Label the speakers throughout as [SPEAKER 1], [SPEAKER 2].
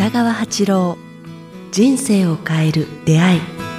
[SPEAKER 1] 北川八郎、人生を変える出会い。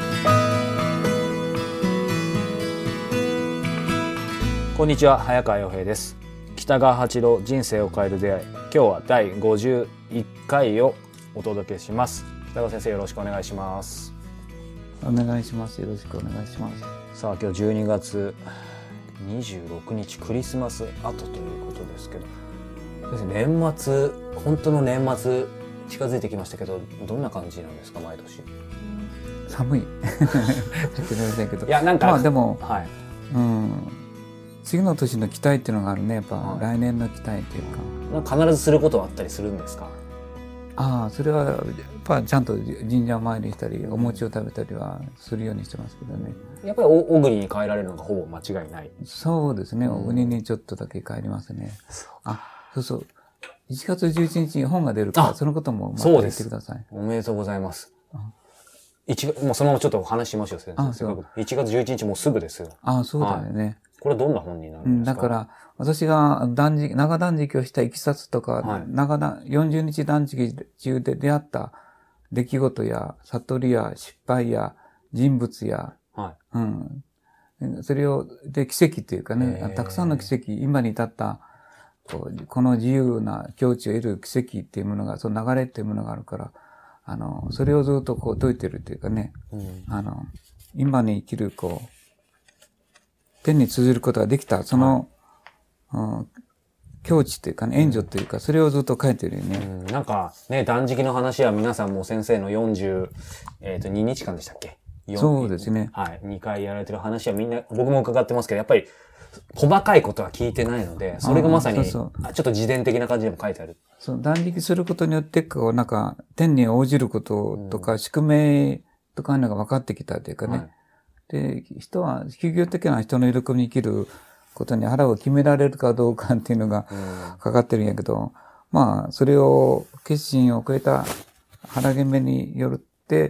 [SPEAKER 2] こんにちは、早川洋平です。北川八郎、人生を変える出会い。今日は第51回をお届けします。北川先生、よろしくお願いします。
[SPEAKER 3] お願いします。よろしくお願いします。
[SPEAKER 2] さあ、今日12月26日クリスマス後ということですけど、年末、本当の年末近づいてきましたけど、どんな感じなんですか、毎年。
[SPEAKER 3] 寒い。知りませんけど。
[SPEAKER 2] いや、なんか
[SPEAKER 3] まあでも、
[SPEAKER 2] はい、
[SPEAKER 3] 次の年の期待っていうのがあるね。やっぱ、
[SPEAKER 2] はい、
[SPEAKER 3] 来年の期待っていうか。
[SPEAKER 2] なんか必ずすることはあったりするんですか？
[SPEAKER 3] ああ、それはやっぱちゃんと神社参りしたり、お餅を食べたりはするようにしてますけどね。
[SPEAKER 2] やっぱり小国に帰られるのがほぼ間違いない。
[SPEAKER 3] そうですね。小国にちょっとだけ帰りますね。そうそう。1月11日に本が出るから、そのこともまた言ってください。
[SPEAKER 2] おめでとうございます。もうそのままちょっとお話しましょう、先生。1月11日もうすぐですよ。
[SPEAKER 3] そうだよね。はい、
[SPEAKER 2] これはどんな本になるんですか？
[SPEAKER 3] だから、私が長断食をしたいきさつとか、はい、40日断食中で出会った出来事や悟りや失敗や人物や、はい、それを、で、奇跡っていうかね、たくさんの奇跡、今に至ったこの自由な境地を得る奇跡っていうものが、その流れっていうものがあるから、それをずっと解いてるっていうかね、今に生きる天に通じることができた、その、境地っていうかね、援助っていうか、それをずっと書いてるよね。
[SPEAKER 2] なんかね、断食の話は皆さんも先生の42日間でしたっけ？
[SPEAKER 3] そうですね。
[SPEAKER 2] はい。2回やられてる話はみんな、僕も伺ってますけど、やっぱり、細かいことは聞いてないので、それがまさに、ちょっと自伝的な感じでも書いてある。
[SPEAKER 3] そう、断食することによって、なんか、天に応じることとか、宿命とかいうのが分かってきたというかね。はい、で、人は、究極的な人の喜びに生きることに腹を決められるかどうかっていうのがかかってるんやけど、まあ、それを、決心を超えた腹決めによって、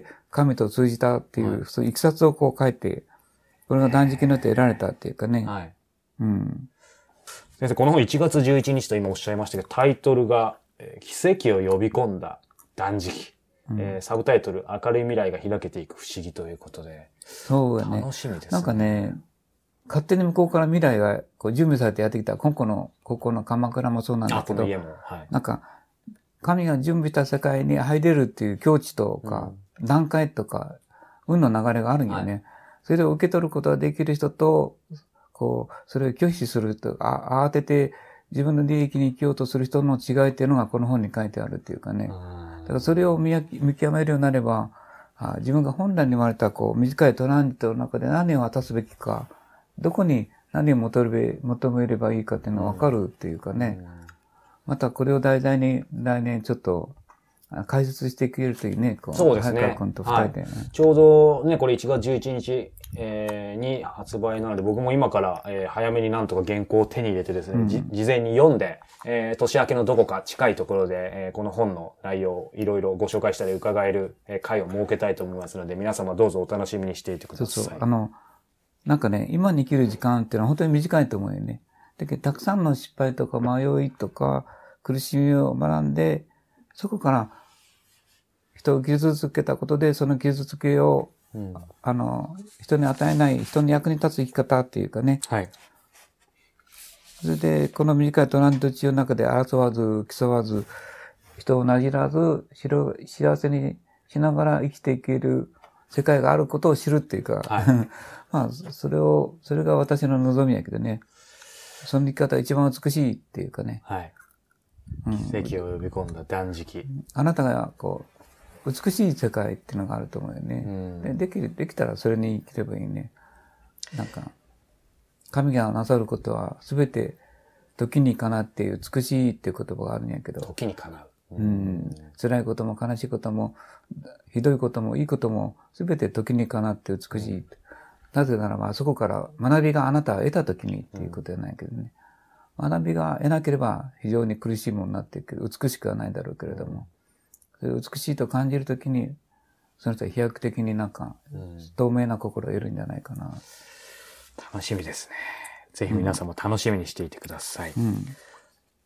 [SPEAKER 3] 神と通じたっていう、そういういきさつを書いて、これが断食によって得られたっていうかね。はい。
[SPEAKER 2] 先生、この本1月11日と今おっしゃいましたけど、タイトルが、奇跡を呼び込んだ断食。サブタイトル、明るい未来が開けていく不思議ということで。
[SPEAKER 3] そうやね。
[SPEAKER 2] 楽しみですね。
[SPEAKER 3] なんかね、勝手に向こうから未来が準備されてやってきた、ここの鎌倉もそうなんだけど、
[SPEAKER 2] この家も、はい、
[SPEAKER 3] なんか、神が準備した世界に入れるっていう境地とか、段階とか、運の流れがあるんよね。はい、それを受け取ることができる人と、それを拒否すると、慌てて自分の利益に生きようとする人の違いっていうのがこの本に書いてあるっていうかね。だからそれを見極めるようになれば、自分が本来に生まれた短いトランジットの中で何を果たすべきか、どこに何を求めればいいかっていうのがわかるっていうかね。またこれを題材に来年ちょっと解説していけるというね。
[SPEAKER 2] そうですね。
[SPEAKER 3] 早川君と二人で、ね、
[SPEAKER 2] ちょうどね、これ1月11日、に発売なので、僕も今から、早めになんとか原稿を手に入れてですね、事前に読んで、年明けのどこか近いところで、この本の内容をいろいろご紹介したり伺える、会を設けたいと思いますので、皆様どうぞお楽しみにしていてください。
[SPEAKER 3] そう。なんかね、今に生きる時間っていうのは本当に短いと思うよね。だけど、たくさんの失敗とか迷いとか苦しみを学んで、そこから人を傷つけたことで、その傷つけを、人に与えない、人に役に立つ生き方っていうかね。はい。それで、この短いトランジット中の中で争わず、競わず、人をなじらず、幸せにしながら生きていける世界があることを知るっていうか、はい、まあ、それが私の望みやけどね。その生き方が一番美しいっていうかね。
[SPEAKER 2] はい。奇跡を呼び込んだ断食。
[SPEAKER 3] あなたが美しい世界っていうのがあると思うよね。できたらそれに生きればいいね。なんか、神がなさることはすべて時にかなっていう美しいっていう言葉があるんやけど。
[SPEAKER 2] 時にかなう。
[SPEAKER 3] 辛いことも悲しいことも、ひどいこともいいこともすべて時にかなって美しい。なぜならばそこから学びがあなたは得た時にっていうことじゃないけどね。学びが得なければ非常に苦しいものになっていくけど、美しくはないだろうけれども。それを美しいと感じるときに、その人は飛躍的になんか、透明な心を得るんじゃないかな。
[SPEAKER 2] 楽しみですね。ぜひ皆さんも楽しみにしていてください。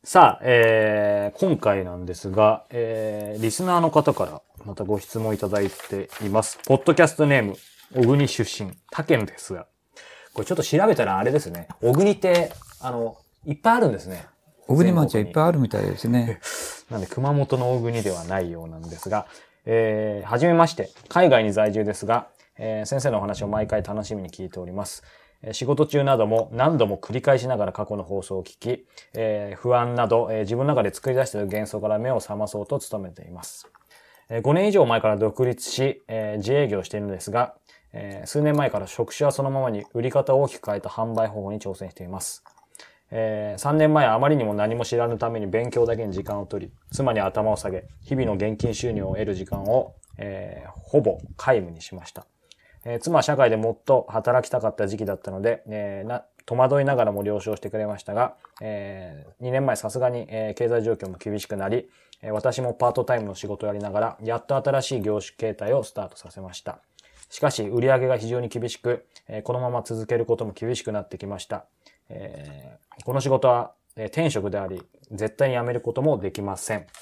[SPEAKER 2] さあ、今回なんですが、リスナーの方からまたご質問いただいています。ポッドキャストネーム、小国出身、竹野ですが、これちょっと調べたらあれですね。小国って、いっぱいあるんですね。
[SPEAKER 3] 小国町はいっぱいあるみたいですね。
[SPEAKER 2] なんで、熊本の小国ではないようなんですが、はじめまして、海外に在住ですが、先生のお話を毎回楽しみに聞いております。仕事中なども何度も繰り返しながら過去の放送を聞き、不安など、自分の中で作り出している幻想から目を覚まそうと努めています。5年以上前から独立し、自営業しているのですが、数年前から職種はそのままに売り方を大きく変えた販売方法に挑戦しています。3年前あまりにも何も知らぬために勉強だけに時間を取り、妻に頭を下げ、日々の現金収入を得る時間を、ほぼ皆無にしました。妻は社会でもっと働きたかった時期だったので、戸惑いながらも了承してくれましたが、2年前さすがに、経済状況も厳しくなり、私もパートタイムの仕事をやりながら、やっと新しい業種形態をスタートさせました。しかし、売り上げが非常に厳しく、このまま続けることも厳しくなってきました。この仕事は、転職であり、絶対に辞めることもできません。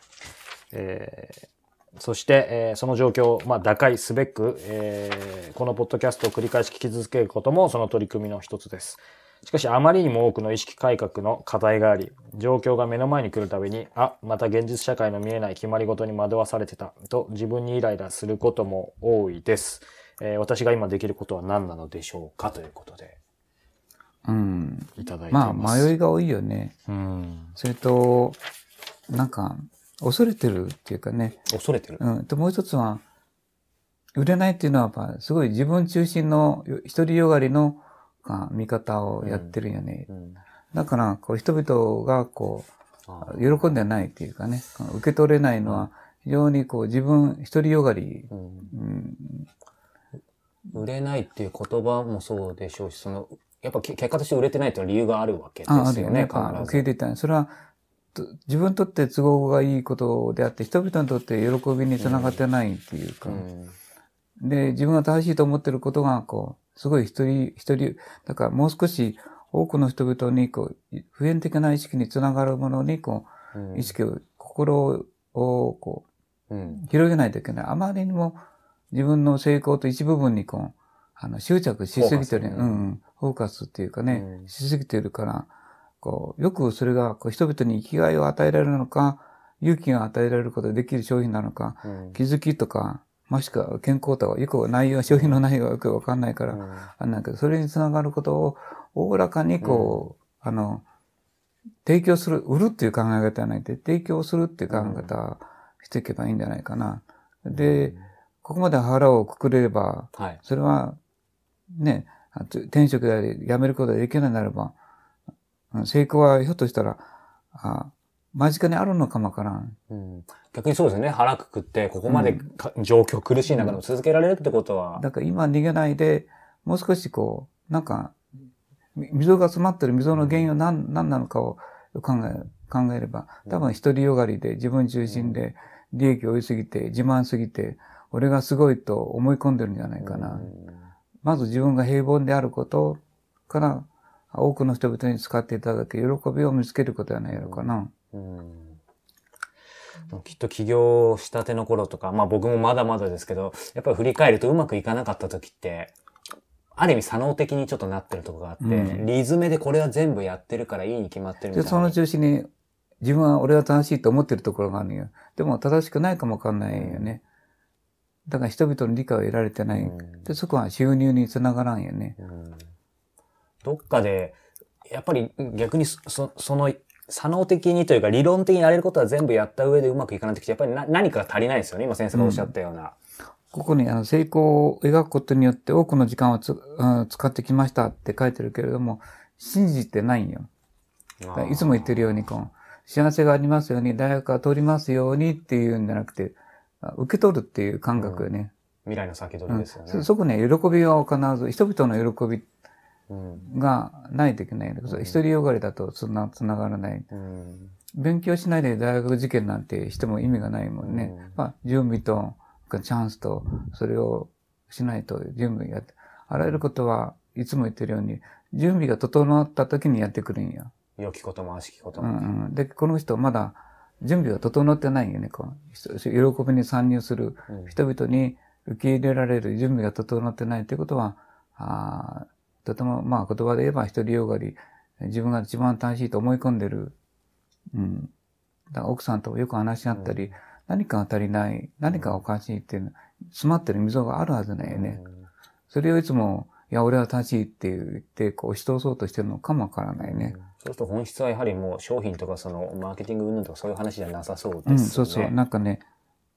[SPEAKER 2] そして、その状況を、打開すべく、このポッドキャストを繰り返し聞き続けることもその取り組みの一つです。しかし、あまりにも多くの意識改革の課題があり、状況が目の前に来るたびに、また現実社会の見えない決まり事に惑わされてた、と自分にイライラすることも多いです。私が今できることは何なのでしょうかということで。いただいています。
[SPEAKER 3] 迷いが多いよね。それと、恐れてるっていうかね。
[SPEAKER 2] 恐れてる。
[SPEAKER 3] もう一つは、売れないっていうのはやっぱすごい自分中心の独りよがりの見方をやってるよね。だから、人々が喜んでないっていうかね、受け取れないのは非常に自分独りよがり。
[SPEAKER 2] 売れないっていう言葉もそうでしょうし、やっぱ結果として売れてないという理由があるわけですよね。
[SPEAKER 3] あるよね。受け入れたい。それは、自分にとって都合がいいことであって、人々にとって喜びにつながってないっていうか。で、自分が正しいと思ってることが、すごいだからもう少し多くの人々に、普遍的な意識につながるものに、意識を、心を、広げないといけない。あまりにも自分の成功と一部分に、執着しすぎてる、フォーカスっていうかね、しすぎてるから、よくそれが人々に生きがいを与えられるのか、勇気が与えられることができる商品なのか、気づきとか、もしくは健康とか、よく商品の内容がよくわかんないから、それにつながることを、おおらかに提供する、売るっていう考え方はないで、提供するっていう考え方をしていけばいいんじゃないかな。で、ここまで腹をくくれれば、それは、ね、転職であり、辞めることができないならば、成功はひょっとしたら、間近にあるのかもわからん。
[SPEAKER 2] 逆にそうですね。腹くくって、ここまで状況苦しい中でも続けられるってことは。
[SPEAKER 3] だから今逃げないで、もう少し溝が詰まってる溝の原因は何なのかを考えれば、多分独りよがりで自分中心で利益を追いすぎて、自慢すぎて、俺がすごいと思い込んでるんじゃないかな。まず自分が平凡であることから、多くの人々に使っていただけ喜びを見つけることはないのかな。
[SPEAKER 2] きっと起業したての頃とか、僕もまだまだですけど、やっぱり振り返るとうまくいかなかった時って、ある意味左脳的にちょっとなってるところがあって、リズムでこれは全部やってるからいいに決まってるみたいな。
[SPEAKER 3] で、その中心に自分は俺は正しいと思ってるところがあるのよ。でも正しくないかもわかんないよね。だから人々の理解を得られてない。で、そこは収入につながらんよね。
[SPEAKER 2] どっかで、やっぱり逆にその、左脳的にというか理論的にやれることは全部やった上でうまくいかないときて、やっぱり何かが足りないですよね。今先生がおっしゃったような。
[SPEAKER 3] ここに成功を描くことによって多くの時間を使ってきましたって書いてるけれども、信じてないんよ。いつも言ってるように、幸せがありますように、大学が通りますようにっていうんじゃなくて、受け取るっていう感覚よね。
[SPEAKER 2] 未来の先取りですよね。
[SPEAKER 3] そこね、喜びは必ず、人々の喜びがないといけない。独りよがりだとつながらない。勉強しないで大学受験なんてしても意味がないもんね。準備と、チャンスと、それをしないと準備やって。あらゆることはいつも言ってるように、準備が整った時にやってくるんや。
[SPEAKER 2] 良きことも悪しきこと
[SPEAKER 3] う
[SPEAKER 2] も。
[SPEAKER 3] んうん。で、この人まだ準備が整ってないよね。こう喜びに参入する人々に受け入れられる準備が整ってないということは、とても、まあ言葉で言えば独りよがり、自分が一番楽しいと思い込んでる。うん。だから奥さんとよく話し合ったり、何かが足りない、何かがおかしいっていうの、詰まってる溝があるはずだよね。それをいつも、いや、俺は正しいって言って、こう、押し通そうとしてるのかもわからないね。
[SPEAKER 2] そうすると本質はやはりもう商品とかそのマーケティング云々とかそういう話じゃなさそうですよね。
[SPEAKER 3] うん、そうそう。なんかね、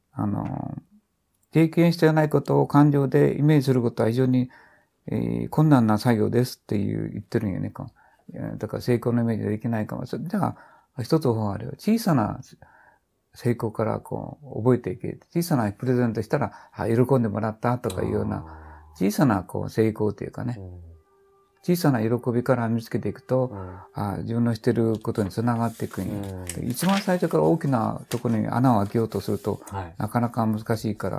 [SPEAKER 3] 経験してないことを感情でイメージすることは非常に、困難な作業ですって言ってるんよね。だから成功のイメージできないかも。じゃあ、一つ方法あるよ。小さな成功からこう、覚えていけ。小さなプレゼントしたら、喜んでもらったとかいうような、小さなこう成功というかね。小さな喜びから見つけていくと、自分のしてることにつながっていくんよ。一番最初から大きなところに穴を開けようとすると、なかなか難しいから、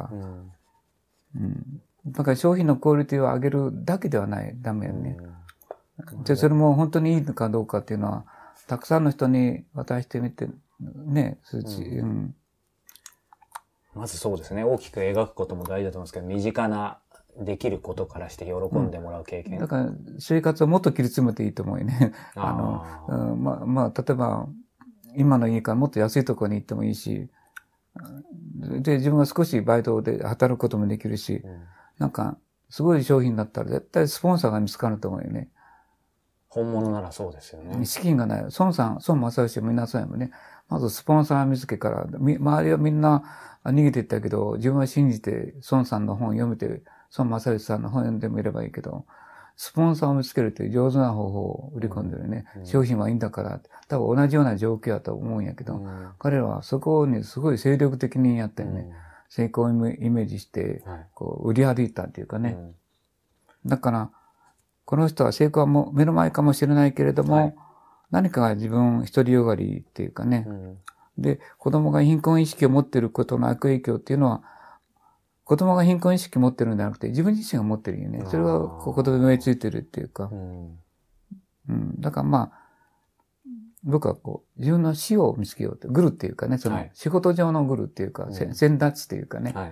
[SPEAKER 3] だから商品のクオリティを上げるだけではない、ダメよね。で、それも本当にいいのかどうかっていうのは、たくさんの人に渡してみて、ね、数値、
[SPEAKER 2] まずそうですね。大きく描くことも大事だと思うんですけど、身近なできることからして喜んでもらう経験。
[SPEAKER 3] だから、生活をもっと切り詰めていいと思うよね。例えば、今の家からもっと安いところに行ってもいいし、で、自分が少しバイトで働くこともできるし、なんか、すごい商品だったら絶対スポンサーが見つかると思うよね。
[SPEAKER 2] 本物ならそうですよね。
[SPEAKER 3] 資金がない。孫正義もみんなそうやもんね。まずスポンサー見つけから、周りはみんな逃げていったけど、自分は信じて孫さんの本を読めて、孫正義さんの本を読んでみればいいけど、スポンサーを見つけるという上手な方法を売り込んでるね。商品はいいんだから、多分同じような状況だと思うんやけど、彼らはそこにすごい精力的にやったよね。成功をイメージして、こう、売り歩いたっていうかね。だから、この人は成功はもう目の前かもしれないけれども、何かが自分独りよがりっていうかね。で、子供が貧困意識を持っていることの悪影響っていうのは、子供が貧困意識を持ってるんじゃなくて、自分自身が持ってるよね。それが子供に植え付いてるっていうか。だからまあ、僕はこう、自分の死を見つけようと。グルっていうかね、その仕事上のグルっていうか、先達っていうかね。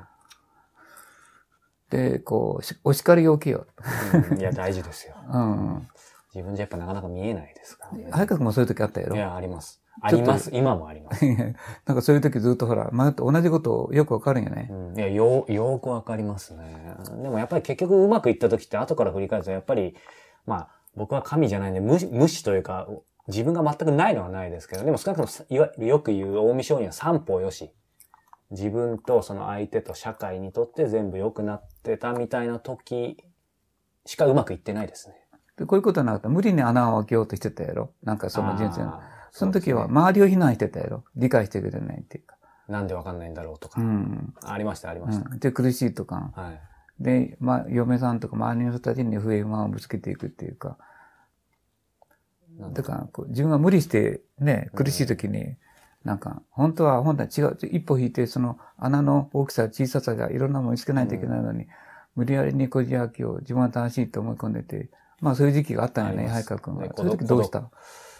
[SPEAKER 3] で、こう、お叱りを受けよ
[SPEAKER 2] う。いや、大事ですよ。自分じゃやっぱなかなか見えないですからね。
[SPEAKER 3] 早川君もそういう時あったやろ？
[SPEAKER 2] いや、あります。あります。今もあります。
[SPEAKER 3] なんかそういう時ずっとほら、迷って同じことよくわかるんよね。
[SPEAKER 2] いや、よーくわかりますね。でもやっぱり結局うまくいった時って後から振り返ると、やっぱり、まあ、僕は神じゃないんで、無視というか、自分が全くないのはないですけど、でも少なくとも、よく言う近江商人は三方よし。自分とその相手と社会にとって全部良くなってたみたいな時しかうまくいってないですね。
[SPEAKER 3] で、こういうことになると無理に穴を開けようとしてたやろ？なんかその人生の。その時は周りを非難してたやろ？理解してくれないっていうか。
[SPEAKER 2] なんでわかんないんだろうとか。ありました、ありました。
[SPEAKER 3] で、苦しいとか。で、まあ、嫁さんとか周りの人たちに不満をぶつけていくっていうか。だからこう、自分が無理してね、苦しい時に、なんか、本当は違う。一歩引いて、その穴の大きさ、小ささがいろんなもの見つけないといけないのに、無理やりにこじ開きを自分は楽しいと思い込んでて、まあそういう時期があったんよね、早川君は。そういう時どうした？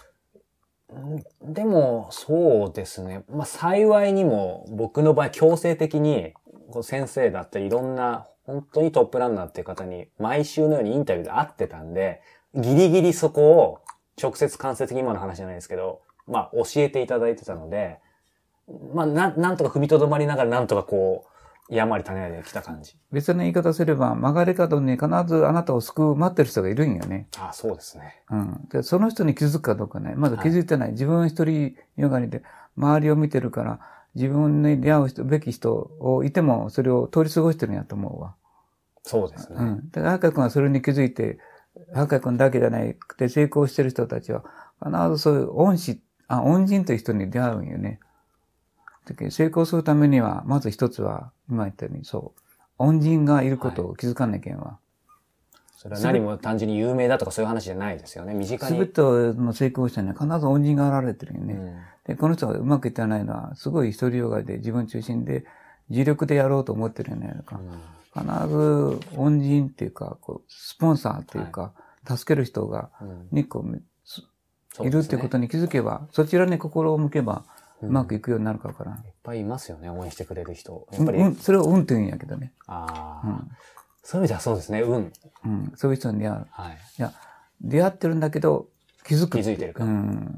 [SPEAKER 2] でも、そうですね。まあ幸いにも、僕の場合強制的に、先生だったりいろんな、本当にトップランナーっていう方に、毎週のようにインタビューで会ってたんで、ギリギリそこを、直接間接的に今の話じゃないですけど、まあ、教えていただいてたので、まあ、なんとか踏みとどまりながら、なんとかこう、山あり種ありで来た感じ。
[SPEAKER 3] 別の言い方すれば、曲がり角に必ずあなたを救う待ってる人がいるんよね。
[SPEAKER 2] ああ、そうですね。
[SPEAKER 3] で、その人に気づくかどうかね。まだ気づいてない。自分一人よがりで、周りを見てるから、自分に出会うべき人をいても、それを通り過ごしてるんやと思うわ。
[SPEAKER 2] そうですね。
[SPEAKER 3] だから、早川君はそれに気づいて、早川君だけじゃなくて成功してる人たちは、必ずそういう恩人という人に出会うんよね。成功するためには、まず一つは、今言ったように、恩人がいることを気づかなきゃいけんわ。
[SPEAKER 2] それは何も単純に有名だとかそういう話じゃないですよね。身近に。
[SPEAKER 3] すべての成功者には必ず恩人が現れてるよね。で、この人がうまくいってないのは、すごい独りよがりで自分中心で、自力でやろうと思ってるよね。必ず恩人っていうか、スポンサーっていうか、助ける人にいるってことに気づけば、そちらに心を向けば、うまくいくようになるから。
[SPEAKER 2] いっぱいいますよね、応援してくれる人。
[SPEAKER 3] やっぱり。それを運って言うんやけどね。
[SPEAKER 2] そういう意味ではそうですね、
[SPEAKER 3] そういう人に出会う。
[SPEAKER 2] はい。
[SPEAKER 3] いや、出会ってるんだけど、気づ
[SPEAKER 2] いてるから。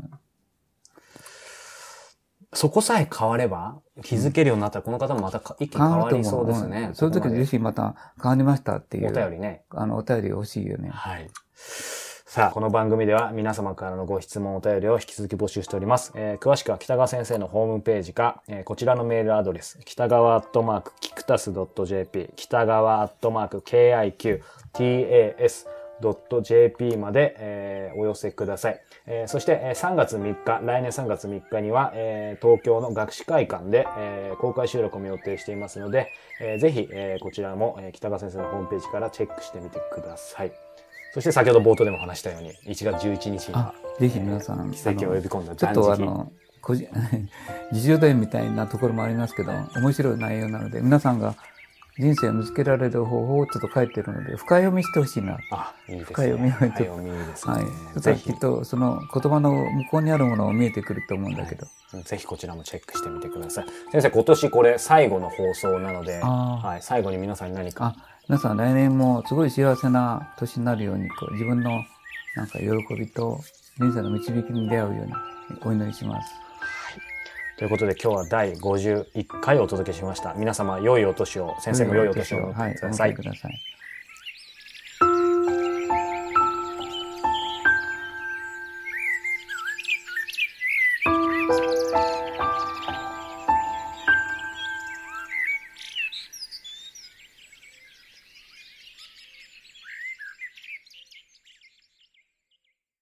[SPEAKER 2] そこさえ変われば、気づけるようになったら、この方もまた一気に変わりそうですね。
[SPEAKER 3] そういう時ぜひまた変わりましたっていう。
[SPEAKER 2] お便りね。
[SPEAKER 3] お便り欲しいよね。
[SPEAKER 2] はい。さあ、この番組では皆様からのご質問、お便りを引き続き募集しております。詳しくは北川先生のホームページか、こちらのメールアドレス、北川キクタス .jp、北川KIQTAS.jp まで、お寄せください。そして3月3日、来年3月3日には、東京の学士会館で、公開収録も予定していますので、ぜひ、こちらも、北川先生のホームページからチェックしてみてください。そして先ほど冒頭でも話したように、1月11日には、
[SPEAKER 3] ぜひ皆さん、
[SPEAKER 2] 奇跡を呼び込んだ
[SPEAKER 3] ちょっと自叙伝みたいなところもありますけど、面白い内容なので、皆さんが人生を見つけられる方法をちょっと書いてるので、深読みしてほしいな。
[SPEAKER 2] いいですね。
[SPEAKER 3] 深読みを
[SPEAKER 2] 深読みいいですね。
[SPEAKER 3] はい。そしたらきっとその言葉の向こうにあるものが見えてくると思うんだけど。
[SPEAKER 2] ぜひこちらもチェックしてみてください。先生、今年これ最後の放送なので、はい、最後に皆さんに何か。
[SPEAKER 3] 皆さん来年もすごい幸せな年になるように、自分のなんか喜びと人生の導きに出会うようにお祈りします。
[SPEAKER 2] ということで今日は第51回をお届けしました。皆様良いお年を、先生も良いお年をお迎えください。